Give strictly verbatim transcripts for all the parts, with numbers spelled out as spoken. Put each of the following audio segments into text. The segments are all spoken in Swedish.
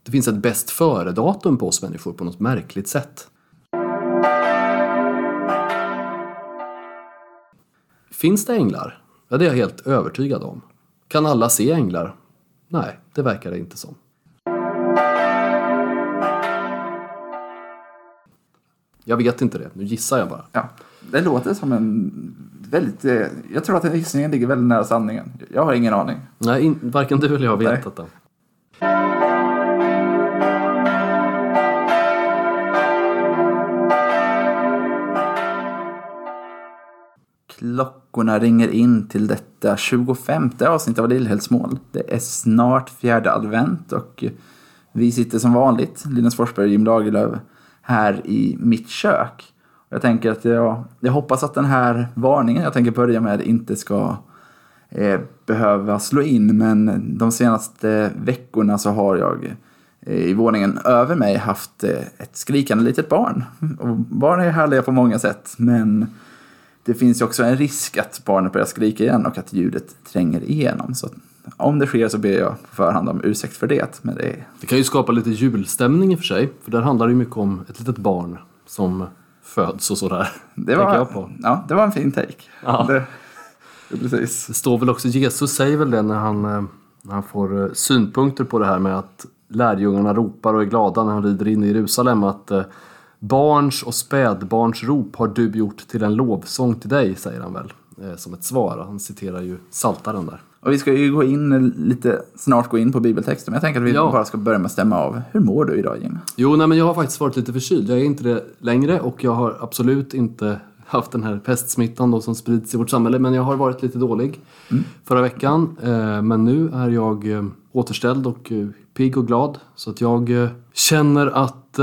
Det finns ett bäst före-datum på oss människor på något märkligt sätt. Finns det änglar? Ja, det är jag helt övertygad om. Kan alla se änglar? Nej, det verkar det inte som. Jag vet inte det, nu gissar jag bara. Ja, det låter som en väldigt... Jag tror att den gissningen ligger väldigt nära sanningen. Jag har ingen aning. Nej, in, varken du eller jag vet detta. Klockorna ringer in till detta tjugofemte avsnitt av Lillhällsmål. Det är snart fjärde advent och vi sitter som vanligt, Linus Forsberg och Jim Lagerlöf, här i mitt kök. Jag tänker att jag, jag hoppas att den här varningen jag tänker börja med inte ska eh, behöva slå in. Men de senaste veckorna så har jag eh, i våningen över mig haft eh, ett skrikande litet barn. Och barn är härliga på många sätt, men det finns ju också en risk att barnet börjar skrika igen och att ljudet tränger igenom. Så om det sker så ber jag på förhand om ursäkt för det. Men det, är... det kan ju skapa lite julstämning i och för sig. För där handlar det ju mycket om ett litet barn som föds och sådär. Det var, jag på. Ja, det var en fin take. Ja. Det, det, precis. Det står väl också, Jesus säger väl det när han, när han får synpunkter på det här med att lärjungarna ropar och är glada när han rider in i Jerusalem. Att barns och spädbarns rop har du gjort till en lovsång till dig, säger han väl. Som ett svar. Han citerar ju Psaltaren där. Och vi ska ju gå in lite, snart gå in på bibeltexten. Men jag tänker att vi ja. bara ska börja med att stämma av. Hur mår du idag, Jim? Jo, nej, men jag har faktiskt varit lite förkyld. Jag är inte det längre och jag har absolut inte haft den här pestsmittan då som sprids i vårt samhälle. Men jag har varit lite dålig mm. förra veckan. Men nu är jag återställd och pigg och glad. Så att jag känner att...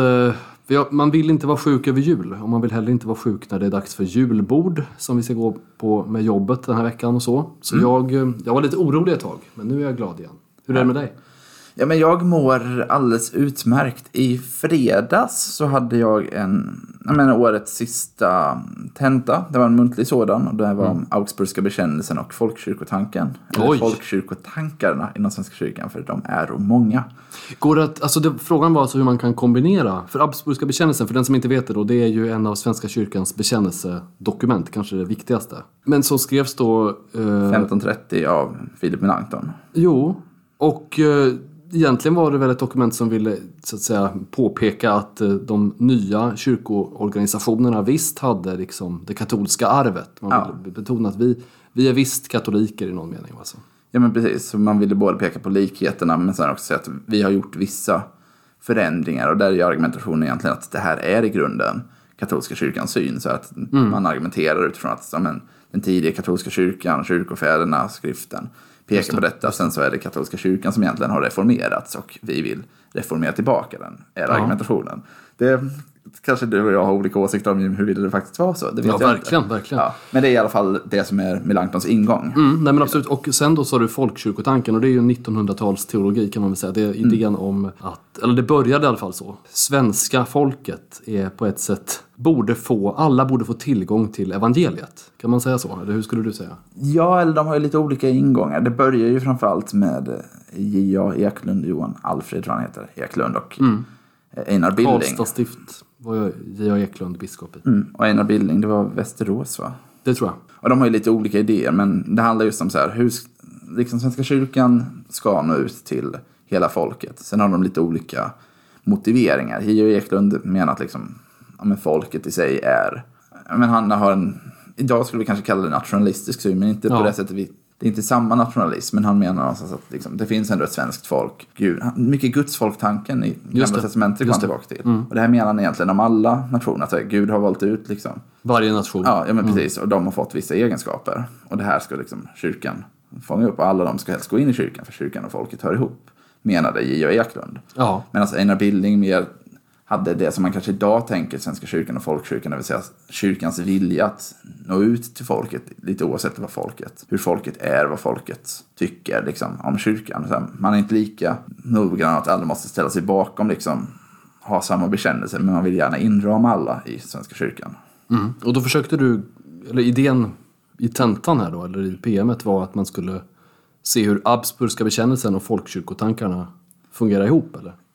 Man vill inte vara sjuk över jul och man vill heller inte vara sjuk när det är dags för julbord som vi ska gå på med jobbet den här veckan och så. Så mm. jag, jag var lite orolig ett tag, men nu är jag glad igen. Hur är det med dig? Ja, men jag mår alldeles utmärkt. I fredags så hade jag en, jag menar, årets sista tenta. Det var en muntlig sådan och det var om mm. Augsburgska bekännelsen och folkkyrkotanken. Eller Oj. folkkyrkotankarna inom Svenska kyrkan, för de är många. Går det att, alltså det, frågan var alltså hur man kan kombinera. För Augsburgska bekännelsen, för den som inte vet det då, det är ju en av Svenska kyrkans bekännelsedokument, kanske det viktigaste. Men så skrevs då... Eh, femton trettio av Philip Melanchthon. Jo, och... Eh, Egentligen var det väl ett dokument som ville så att säga påpeka att de nya kyrkoorganisationerna visst hade liksom det katolska arvet. Man ja. ville betona att vi, vi är visst katoliker i någon mening. Alltså. Ja, men precis. Så man ville både peka på likheterna men sen också säga att vi har gjort vissa förändringar. Och där är argumentationen egentligen att det här är i grunden katolska kyrkans syn. Så att mm. man argumenterar utifrån att ja, men, den tidiga katolska kyrkan, kyrkofäderna, skriften pekar på detta. Sen så är det katolska kyrkan som egentligen har reformerats och vi vill reformera tillbaka den. Är ja. argumentationen. Det kanske du och jag har olika åsikter om hur vill det faktiskt vara så. Det vet ja, jag verkligen, inte. verkligen. Ja, men det är i alla fall det som är Melanchthons ingång. Mm, nej men absolut. Och sen då sa du folkkyrkotanken och det är ju nittonhundratals teologi kan man väl säga. Det är idén mm. om att, eller det började i alla fall så. Svenska folket är på ett sätt borde få, alla borde få tillgång till evangeliet. Kan man säga så? Eller hur skulle du säga? Ja, eller de har ju lite olika ingångar. Det börjar ju framförallt med J A Eklund, Johan Alfred tror han heter, Eklund och mm. Einar Billing. Karlstad stift var J A Eklund biskop i. Mm. Och Einar Billing, det var Västerås va? Det tror jag. Och de har ju lite olika idéer, men det handlar just om så här, hur liksom Svenska kyrkan ska nå ut till hela folket. Sen har de lite olika motiveringar. J A Eklund menar att liksom, ja, men folket i sig är, ja, men han har en, idag skulle vi kanske kalla det nationalistisk syn, men inte ja. på det sättet vi, det är inte samma nationalism, men han menar alltså att liksom, det finns ändå ett svenskt folk. Gud, mycket gudsfolktanken i Gamla testamentet kommer tillbaka till. Mm. Och det här menar han egentligen om alla nationer, att Gud har valt ut liksom. Varje nation. Ja, ja men mm. precis, och de har fått vissa egenskaper. Och det här ska liksom kyrkan fånga upp, och alla de ska helst gå in i kyrkan, för kyrkan och folket hör ihop, menade J A Eklund. Ja. Medan Einar Billing mer hade det som man kanske idag tänker Svenska kyrkan och folkkyrkan, det vill säga kyrkans vilja att nå ut till folket, lite oavsett vad folket, hur folket är, vad folket tycker liksom, om kyrkan. Så man är inte lika noggrann att alla måste ställa sig bakom, liksom, ha samma bekännelse, men man vill gärna inrama alla i Svenska kyrkan. Mm. Och då försökte du, eller idén i tentan här då, eller i P M:et var att man skulle se hur Augsburgska bekännelsen och folkkyrkotankarna fungerar ihop, eller?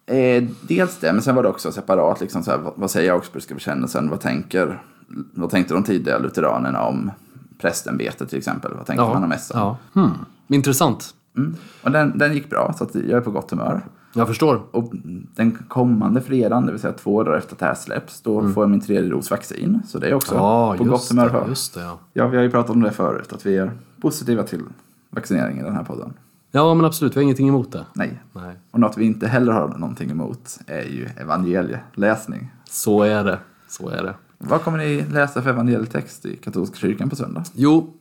Eh, dels det, men sen var det också separat. Liksom så här, vad, vad säger Augsburgska bekännelsen? Vad, tänker, vad tänkte de tidiga lutheranerna om prästämbetet till exempel? Vad tänkte ja. man om mässan? Ja. Hmm. Intressant. Mm. Och den, den gick bra, så att jag är på gott humör. Jag förstår. Och den kommande fredagen, det vill säga två dagar efter att det här släpps, då mm. får jag min tredje dos vaccin. Så det är också ja, på gott humör för. Just det, ja. Ja, vi har ju pratat om det förut, att vi är positiva till vaccinering i den här podden. Ja, men absolut. Vi har ingenting emot det. Nej. Nej. Och något vi inte heller har någonting emot är ju evangelieläsning. Så är det. Så är det. Vad kommer ni läsa för evangelietext i katolska kyrkan på söndag? Jo.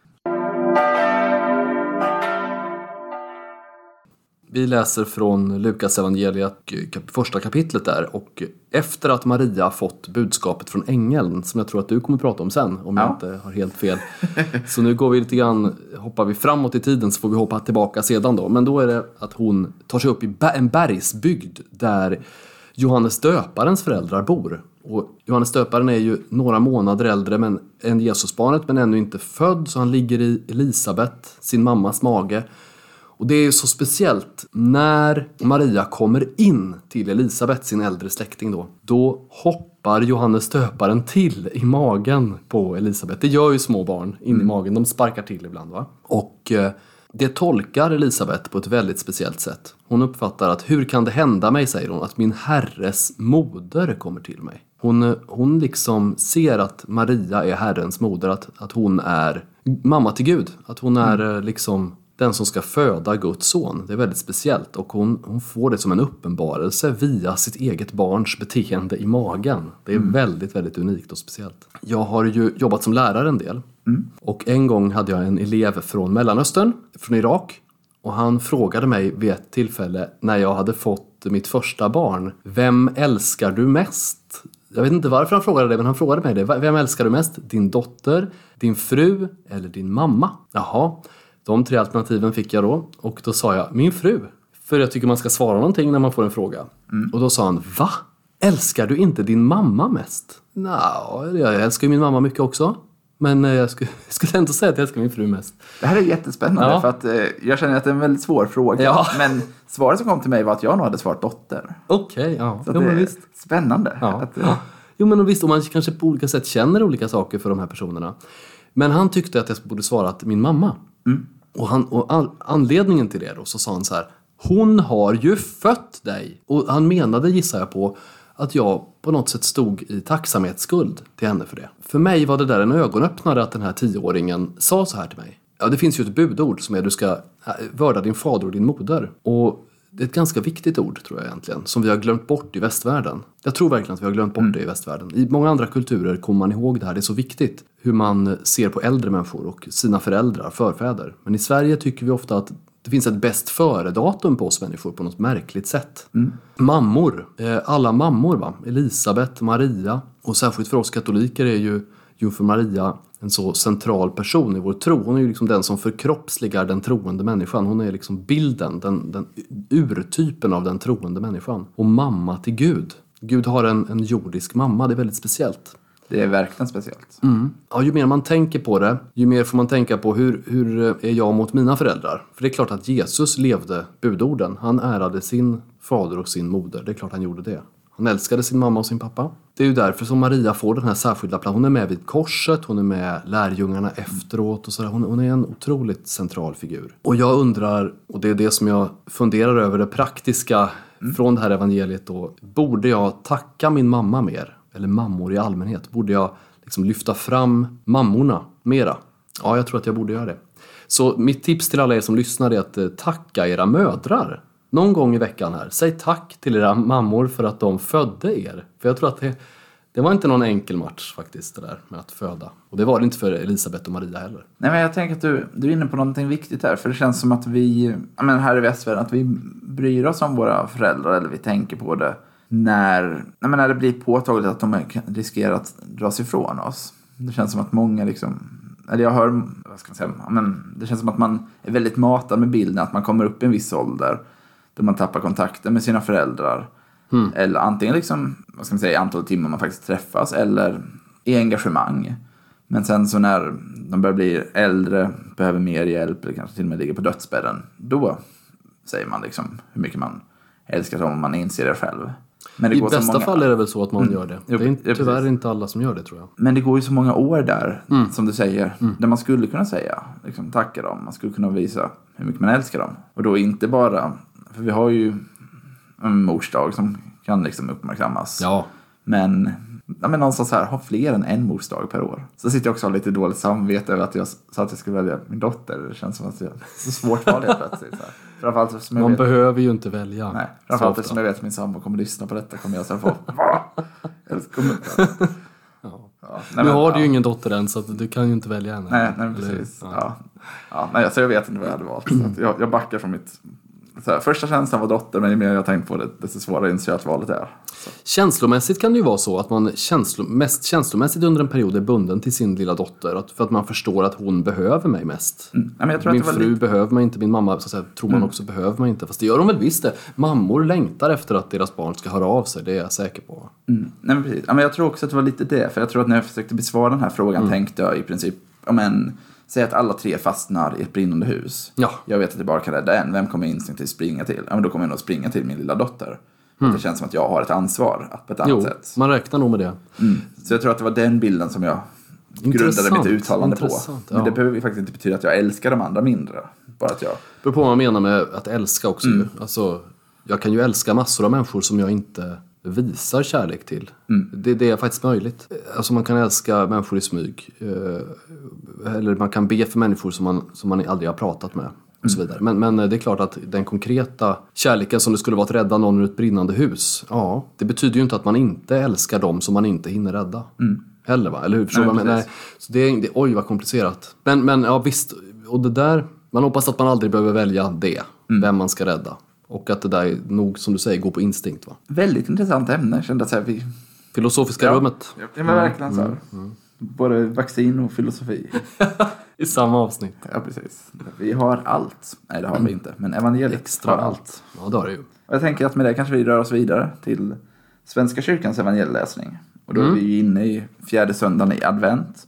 Vi läser från Lukas evangeliet, första kapitlet där. Och efter att Maria fått budskapet från ängeln, som jag tror att du kommer att prata om sen, om ja. jag inte har helt fel. Så nu går vi lite grann, hoppar vi framåt i tiden, så får vi hoppa tillbaka sedan då. Men då är det att hon tar sig upp i en bergsbygd där Johannes döparens föräldrar bor. Och Johannes döparen är ju några månader äldre men än Jesusbarnet, men ännu inte född. Så han ligger i Elisabet, sin mammas mage. Och det är ju så speciellt när Maria kommer in till Elisabet, sin äldre släkting då. Då hoppar Johannes döparen till i magen på Elisabet. Det gör ju små barn in mm. i magen. De sparkar till ibland, va? Och eh, det tolkar Elisabet på ett väldigt speciellt sätt. Hon uppfattar att hur kan det hända mig, säger hon, att min herres moder kommer till mig. Hon, hon liksom ser att Maria är Herrens moder, att, att hon är mamma till Gud. Att hon är mm. liksom den som ska föda Guds son. Det är väldigt speciellt. Och hon, hon får det som en uppenbarelse via sitt eget barns beteende i magen. Det är mm. väldigt, väldigt unikt och speciellt. Jag har ju jobbat som lärare en del. Mm. Och en gång hade jag en elev från Mellanöstern, från Irak. Och han frågade mig vid ett tillfälle när jag hade fått mitt första barn: vem älskar du mest? Jag vet inte varför han frågade det, men han frågade mig det. Vem älskar du mest? Din dotter, din fru eller din mamma? Jaha. De tre alternativen fick jag då. Och då sa jag, min fru. För jag tycker man ska svara någonting när man får en fråga. Mm. Och då sa han, va? Älskar du inte din mamma mest? Nej, jag älskar ju min mamma mycket också. Men jag skulle, jag skulle ändå säga att jag älskar min fru mest. Det här är jättespännande, ja. För att eh, jag känner att det är en väldigt svår fråga. Ja. Men svaret som kom till mig var att jag nog hade svarat dotter. Okej, okay, ja. Så jo, det är visst. Spännande. Ja. Att, eh... Jo, men visst, och man kanske på olika sätt känner olika saker för de här personerna. Men han tyckte att jag borde svara att min mamma. Mm. Och, han, och all, anledningen till det då, så sa han så här: hon har ju fött dig. Och han menade, gissar jag på, att jag på något sätt stod i tacksamhetsskuld till henne för det. För mig var det där en ögonöppnare att den här tioåringen sa så här till mig. Ja, det finns ju ett budord som är: du ska vörda din fader och din moder. Och det är ett ganska viktigt ord, tror jag egentligen, som vi har glömt bort i västvärlden. Jag tror verkligen att vi har glömt bort mm. det i västvärlden. I många andra kulturer kommer man ihåg det här. Det är så viktigt hur man ser på äldre människor och sina föräldrar, förfäder. Men i Sverige tycker vi ofta att det finns ett bäst före-datum på oss människor på något märkligt sätt. Mm. Mammor, alla mammor, va? Elisabet, Maria, och särskilt för oss katoliker är ju jungfru Maria en så central person i vår tro. Hon är ju liksom den som förkroppsligar den troende människan. Hon är liksom bilden, den, den urtypen av den troende människan. Och mamma till Gud. Gud har en, en jordisk mamma, det är väldigt speciellt. Det är verkligen speciellt. Mm. Ja, ju mer man tänker på det, ju mer får man tänka på hur, hur är jag mot mina föräldrar. För det är klart att Jesus levde budorden. Han ärade sin fader och sin moder. Det är klart han gjorde det. Han älskade sin mamma och sin pappa. Det är ju därför som Maria får den här särskilda platsen. Hon är med vid korset, hon är med lärjungarna efteråt och sådär. Hon, hon är en otroligt central figur. Och jag undrar, och det är det som jag funderar över, det praktiska mm. från det här evangeliet då. Borde jag tacka min mamma mer? Eller mammor i allmänhet? Borde jag liksom lyfta fram mammorna mera? Ja, jag tror att jag borde göra det. Så mitt tips till alla er som lyssnar är att tacka era mödrar. Någon gång i veckan här. Säg tack till era mammor för att de födde er. För jag tror att det, det var inte någon enkel match faktiskt, det där med att föda. Och det var det inte för Elisabet och Maria heller. Nej, men jag tänker att du, du är inne på någonting viktigt här. För det känns som att vi, jag menar här i västvärlden, att vi bryr oss om våra föräldrar. Eller vi tänker på det när, jag menar, när det blir påtagligt att de riskerar att dras ifrån oss. Det känns som att många liksom... Eller jag hör, vad ska man säga, men det känns som att man är väldigt matad med bilden att man kommer upp i en viss ålder där man tappar kontakten med sina föräldrar. Mm. Eller antingen liksom, vad ska man säga, antal timmar man faktiskt träffas eller i engagemang. Men sen så när de börjar bli äldre, behöver mer hjälp eller kanske till och med ligger på dödsbädden, då säger man liksom hur mycket man älska dem om man inser det själv. Men det I går bästa så många... fall är det väl så att man mm. gör det. Jo, det är inte, ja, tyvärr inte alla som gör det, tror jag. Men det går ju så många år där, mm. som du säger, mm. där man skulle kunna säga, liksom, tacka dem. Man skulle kunna visa hur mycket man älskar dem. Och då inte bara, för vi har ju en morsdag som kan liksom uppmärksammas. Ja. Men, ja, men någonstans här, ha fler än en morsdag per år. Så sitter jag också och har lite dåligt samvete över att jag sa att jag skulle välja min dotter. Det känns som att jag så svårt val helt plötsligt. Så här. Framförallt som jag Man vet, behöver ju inte välja. Nej, framförallt som jag vet att min sambo kommer lyssna på detta kommer jag säga få. Kommer ja. Ja, nej, nu men, har ja. du ju ingen dotter än, så att du kan ju inte välja henne. Nej, nej precis. Ja. Ja. Ja, nej, alltså jag vet inte vad jag hade valt. Så att jag, jag backar från mitt... Så här, första känslan var dotter, men ju mer jag tänkt på det, desto svårare inser jag att valet är. Så. Känslomässigt kan det ju vara så att man känslo, mest känslomässigt under en period är bunden till sin lilla dotter. Att, för att man förstår att hon behöver mig mest. Mm. Ja, men jag tror min att det var fru lite... behöver mig inte, min mamma så att säga, tror man mm. också behöver mig inte. Fast det gör de väl visst det. Mammor längtar efter att deras barn ska höra av sig, det är jag säker på. Mm. Nej, men precis. Ja, men jag tror också att det var lite det. För jag tror att när jag försökte besvara den här frågan mm. tänkte jag i princip... Ja, men, säg att alla tre fastnar i ett brinnande hus. Ja. Jag vet att jag bara kan rädda en. Vem kommer instinktivt springa till? Ja, men då kommer jag nog springa till min lilla dotter. Mm. Det känns som att jag har ett ansvar att på ett annat jo, sätt. Man räknar nog med det. Mm. Så jag tror att det var den bilden som jag grundade mitt uttalande på. Ja. Men det behöver ju faktiskt inte betyda att jag älskar de andra mindre. Bara att jag... Det beror på vad man menar med att älska också. Mm. Alltså, jag kan ju älska massor av människor som jag inte visar kärlek till. Mm. Det, det är faktiskt möjligt. Alltså man kan älska människor i smyg. Eller man kan be för människor som man, som man aldrig har pratat med. Och så vidare. Men, men det är klart att den konkreta kärleken som det skulle vara att rädda någon ur ett brinnande hus. Ja, det betyder ju inte att man inte älskar dem som man inte hinner rädda. Mm. Heller va? Eller hur? Nej, men, nej. Så det är, det, oj vad komplicerat. Men, men ja visst, och det där, man hoppas att man aldrig behöver välja det. Mm. Vem man ska rädda. Och att det där nog, som du säger, går på instinkt va? Väldigt intressant ämne. Jag kände att så här, vi... Filosofiska ja. rummet. Ja, men verkligen så här. Mm. Mm. Både vaccin och filosofi. I samma avsnitt. Ja, precis. Vi har allt. Nej, det har vi inte. Men evangeliet extra har allt. allt. Ja, det har det ju. Och jag tänker att med det kanske vi rör oss vidare till Svenska kyrkans evangelieläsning. Och då mm. är vi ju inne i fjärde söndagen i advent.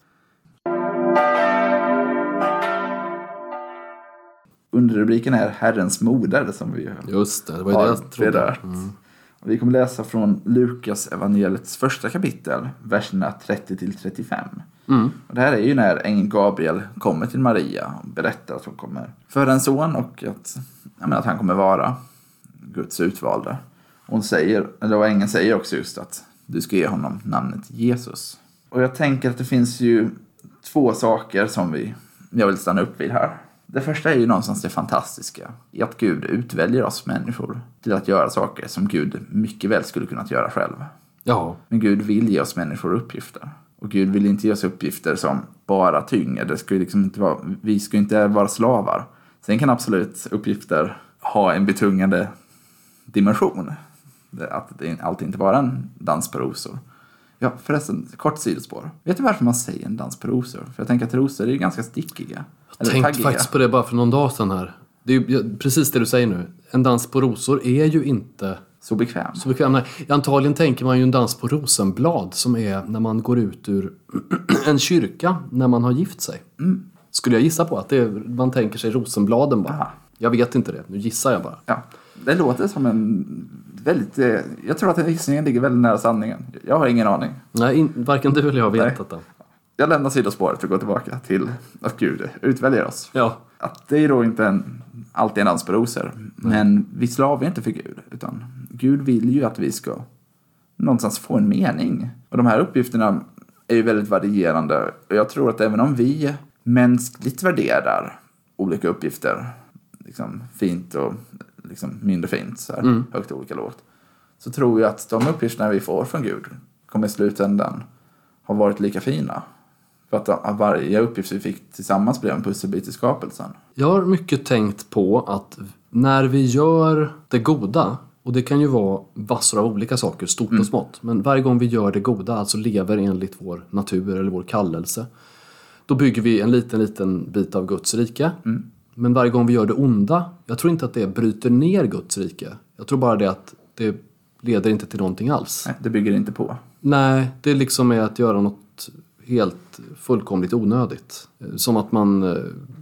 Underrubriken är Herrens moder som vi just det, det var ju det jag trodde. Mm. Vi kommer läsa från Lukas evangeliets första kapitel, verserna trettio till trettiofem. Mm. Och det här är ju när ängeln Gabriel kommer till Maria och berättar att hon kommer föda en son och att, jag menar, att han kommer vara Guds utvalde. Hon säger, eller ängeln säger också just att du ska ge honom namnet Jesus. Och jag tänker att det finns ju två saker som vi, jag vill stanna upp vid här. Det första är ju någonstans det fantastiska i att Gud utväljer oss människor till att göra saker som Gud mycket väl skulle kunna göra själv. Ja. Men Gud vill ge oss människor uppgifter. Och Gud vill inte ge oss uppgifter som bara tynger. Det ska liksom inte vara, vi ska inte vara slavar. Sen kan absolut uppgifter ha en betungande dimension. Att det alltid inte bara en dans på rosor. Ja, förresten, kort sidospår. Vet du varför man säger en dans på rosor? För jag tänker att rosor är ju ganska stickiga. Jag tänkte faktiskt på det bara för någon dag sedan här. Det är ju precis det du säger nu. En dans på rosor är ju inte så bekväm. Så bekväm. Nej. Antagligen tänker man ju en dans på rosenblad som är när man går ut ur en kyrka när man har gift sig. Mm. Skulle jag gissa på att det är, man tänker sig rosenbladen bara. Aha. Jag vet inte det, nu gissar jag bara. Ja, det låter som en väldigt... Jag tror att den gissningen ligger väldigt nära sanningen. Jag har ingen aning. Nej, in, varken du eller jag vet detta. Jag lämnar sidospåret och går tillbaka till att Gud utväljer oss. Ja. Att det är då inte en, alltid en dans på rosor. Mm. Men vi slavar inte för Gud. Utan Gud vill ju att vi ska någonstans få en mening. Och de här uppgifterna är ju väldigt varierande. Och jag tror att även om vi mänskligt värderar olika uppgifter, liksom fint och liksom mindre fint, så här, mm. högt och olika lågt, så tror jag att de uppgifterna vi får från Gud kommer i slutändan ha varit lika fina. För att varje uppgift vi fick tillsammans blev en pusselbit i skapelsen. Jag har mycket tänkt på att när vi gör det goda, och det kan ju vara vassor av olika saker, stort mm. och smått, men varje gång vi gör det goda, alltså lever enligt vår natur eller vår kallelse, då bygger vi en liten, liten bit av Guds rike. Mm. Men varje gång vi gör det onda, jag tror inte att det bryter ner Guds rike. Jag tror bara det att det leder inte till någonting alls. Nej, det bygger inte på. Nej, det liksom är att göra något helt fullkomligt onödigt. Som att man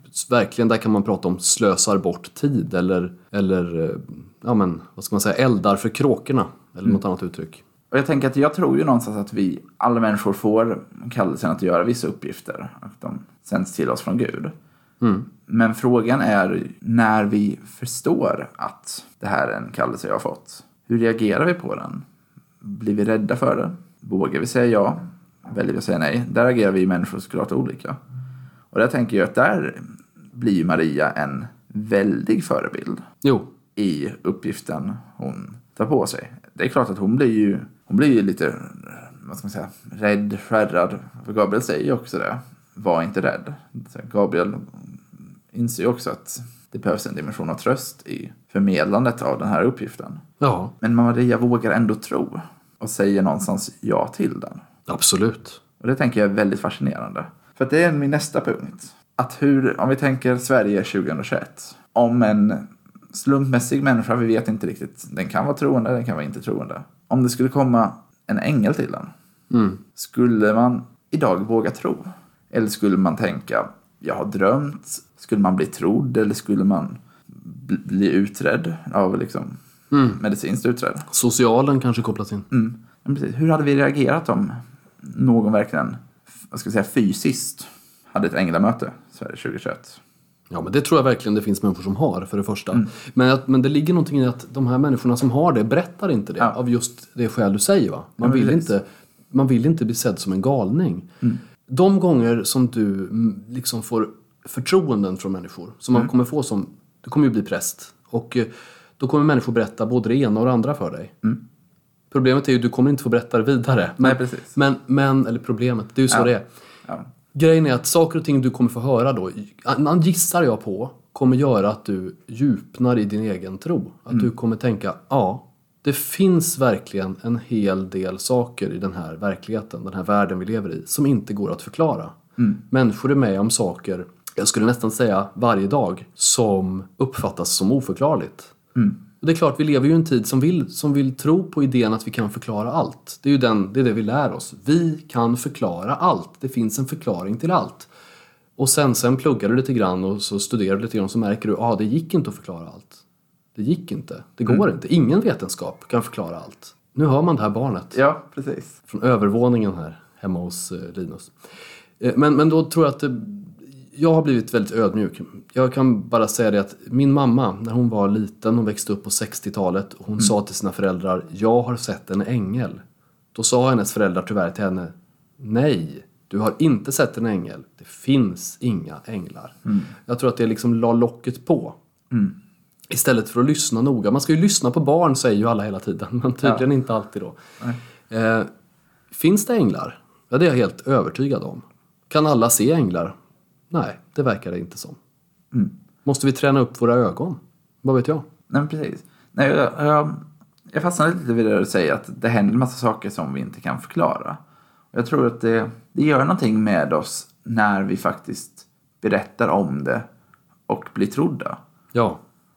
verkligen, där kan man prata om slösar bort tid eller, eller ja men, vad ska man säga, eldar för kråkorna eller mm. något annat uttryck. Och jag tänker att jag tror ju någonstans att vi, alla människor får kallelsen att göra vissa uppgifter. Att de sänds till oss från Gud. Mm. Men frågan är när vi förstår att det här är en kallelse jag har fått. Hur reagerar vi på den? Blir vi rädda för det? Vågar vi säga ja? Väljer vi att säga nej? Där agerar vi människor såklart olika. Och där tänker jag att där blir Maria en väldig förebild. Jo. I uppgiften hon tar på sig. Det är klart att hon blir ju, hon blir ju lite, vad ska man säga, rädd, skärrad. För Gabriel säger ju också det. Var inte rädd. Gabriel inser ju också att det behövs en dimension av tröst i förmedlandet av den här uppgiften. Ja. Men Maria vågar ändå tro och säger någonstans ja till den. Absolut. Och det tänker jag är väldigt fascinerande. För att det är min nästa punkt. Att hur, om vi tänker Sverige tjugohundratjugoett. Om en slumpmässig människa, vi vet inte riktigt. Den kan vara troende, den kan vara inte troende. Om det skulle komma en ängel till den. Mm. Skulle man idag våga tro? Eller skulle man tänka, jag har drömt. Skulle man bli trodd eller skulle man bli utredd av liksom mm. medicinskt utredd? Socialen kanske kopplas in. Mm. Men precis. Hur hade vi reagerat om någon verkligen, vad ska jag säga, fysiskt hade ett änglamöte Sverige tjugohundratjugoett? Ja, men det tror jag verkligen det finns människor som har, för det första. Mm. Men, att, men det ligger någonting i att de här människorna som har det berättar inte det. Ja. Av just det skäl du säger, va? Man, ja, vill inte, man vill inte bli sedd som en galning. Mm. De gånger som du liksom får förtroenden från människor, som man mm. kommer få som, du kommer ju bli präst. Och då kommer människor berätta både det ena och det andra för dig. Mm. Problemet är ju att du kommer inte få berätta det vidare. Men, Nej, precis. Men, men, eller problemet, det är ju så ja. det är. Ja. Grejen är att saker och ting du kommer få höra då, gissar jag på, kommer göra att du djupnar i din egen tro. Att mm. du kommer tänka, ja, det finns verkligen en hel del saker i den här verkligheten, den här världen vi lever i, som inte går att förklara. Mm. Människor är med om saker, jag skulle nästan säga varje dag, som uppfattas som oförklarligt. Mm. Och det är klart, vi lever ju i en tid som vill, som vill tro på idén att vi kan förklara allt. Det är ju den, det, är det vi lär oss. Vi kan förklara allt. Det finns en förklaring till allt. Och sen, sen pluggar du lite grann och så studerar du lite grann, så märker du att ah, det gick inte att förklara allt. Det gick inte. Det går mm. inte. Ingen vetenskap kan förklara allt. Nu hör man det här barnet. Ja, precis. Från övervåningen här hemma hos eh, Linus. Eh, men, men då tror jag att... Eh, Jag har blivit väldigt ödmjuk. Jag kan bara säga det att min mamma, när hon var liten, hon växte upp på sextiotalet. Hon mm. sa till sina föräldrar, jag har sett en ängel. Då sa hennes föräldrar tyvärr till henne, nej, du har inte sett en ängel. Det finns inga änglar. Mm. Jag tror att det liksom la locket på. Mm. Istället för att lyssna noga. Man ska ju lyssna på barn, säger ju alla hela tiden. Men tydligen ja. inte alltid då. Eh, finns det änglar? Ja, det är jag helt övertygad om. Kan alla se änglar? Nej, det verkar det inte som. Mm. Måste vi träna upp våra ögon? Vad vet jag? Nej, precis. Nej, jag, jag, jag fastnade lite vid det du säger, att det händer en massa saker som vi inte kan förklara. Jag tror att det, det gör någonting med oss när vi faktiskt berättar om det och blir trodda. Ja.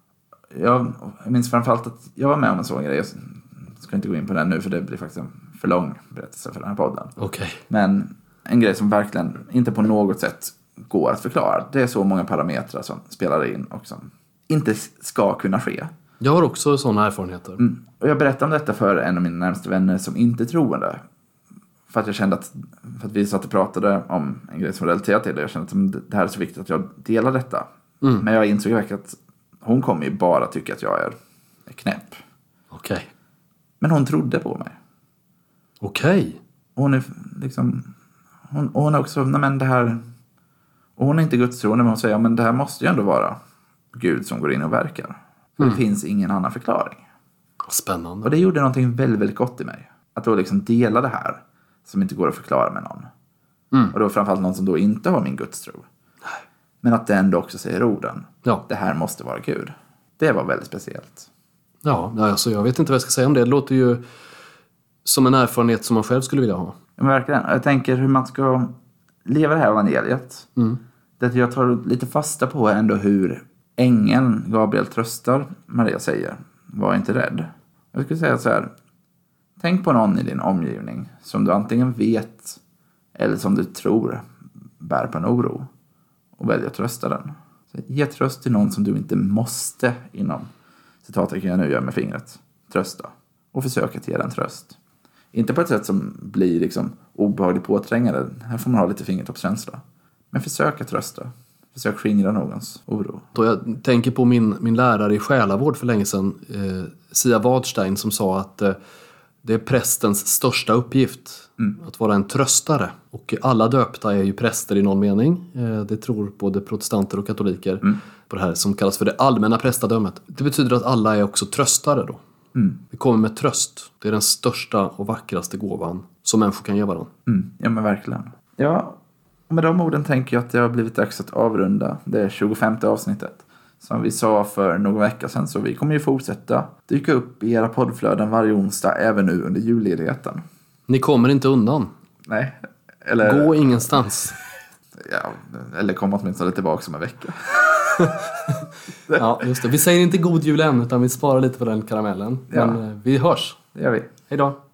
Jag, jag minns framförallt att jag var med om en sån grej. Jag ska inte gå in på den nu, för det blir faktiskt en för lång berättelse för den här podden. Okay. Men en grej som verkligen inte på något sätt går att förklara. Det är så många parametrar som spelar in och som inte ska kunna ske. Jag har också sådana erfarenheter. Mm. Och jag berättade om detta för en av mina närmaste vänner som inte är troende. För att jag kände att, för att vi satt och pratade om en grej som relaterade till det. Jag kände att det här är så viktigt att jag delar detta. Mm. Men jag insåg verkligen att hon kommer ju bara tycka att jag är, är knäpp. Okej. Okay. Men hon trodde på mig. Okej. Okay. Hon är liksom... Hon, och hon är också, nej men det här... Och hon är inte gudstroende, men hon säger, men det här måste ju ändå vara Gud som går in och verkar. För mm. det finns ingen annan förklaring. Spännande. Och det gjorde någonting väldigt, väldigt gott i mig. Att då liksom dela det här som inte går att förklara med någon. Mm. Och då framförallt någon som då inte har min gudstro. Nej. Men att den då också säger orden. Ja. Det här måste vara Gud. Det var väldigt speciellt. Ja, alltså jag vet inte vad jag ska säga om det. Det låter ju som en erfarenhet som man själv skulle vilja ha. Men verkligen. Jag tänker hur man ska leva det här evangeliet. Mm. Det att jag tar lite fasta på ändå hur ängeln Gabriel tröstar Maria säger. Var inte rädd. Jag skulle säga så här. Tänk på någon i din omgivning som du antingen vet eller som du tror bär på en oro. Och välj att trösta den. Så ge tröst till någon som du inte måste, inom citatet jag nu gör med fingret, trösta. Och försök att ge den tröst. Inte på ett sätt som blir liksom obehagligt påträngande. Här får man ha lite fingertoppskänsla. Men försök att trösta. Försök skingra någons oro. Då jag tänker på min, min lärare i själavård för länge sedan, eh, Sia Wadstein, som sa att eh, det är prästens största uppgift mm. att vara en tröstare. Och alla döpta är ju präster i någon mening. Eh, det tror både protestanter och katoliker mm. på det här som kallas för det allmänna prästadömet. Det betyder att alla är också tröstare då. Mm. Vi kommer med tröst. Det är den största och vackraste gåvan som människor kan ge varandra. Mm. Ja, men verkligen. Ja, och med de orden tänker jag att det har blivit dags att avrunda det tjugofemte avsnittet. Som vi sa för några veckor sedan, så vi kommer ju fortsätta dyka upp i era poddflöden varje onsdag även nu under julledigheten. Ni kommer inte undan. Nej. Eller... Gå ingenstans. Ja, eller kom åtminstone tillbaka om en vecka. Ja, just det. Vi säger inte god jul än, utan vi sparar lite på den karamellen. Men ja. vi hörs. Det gör vi. Hej då.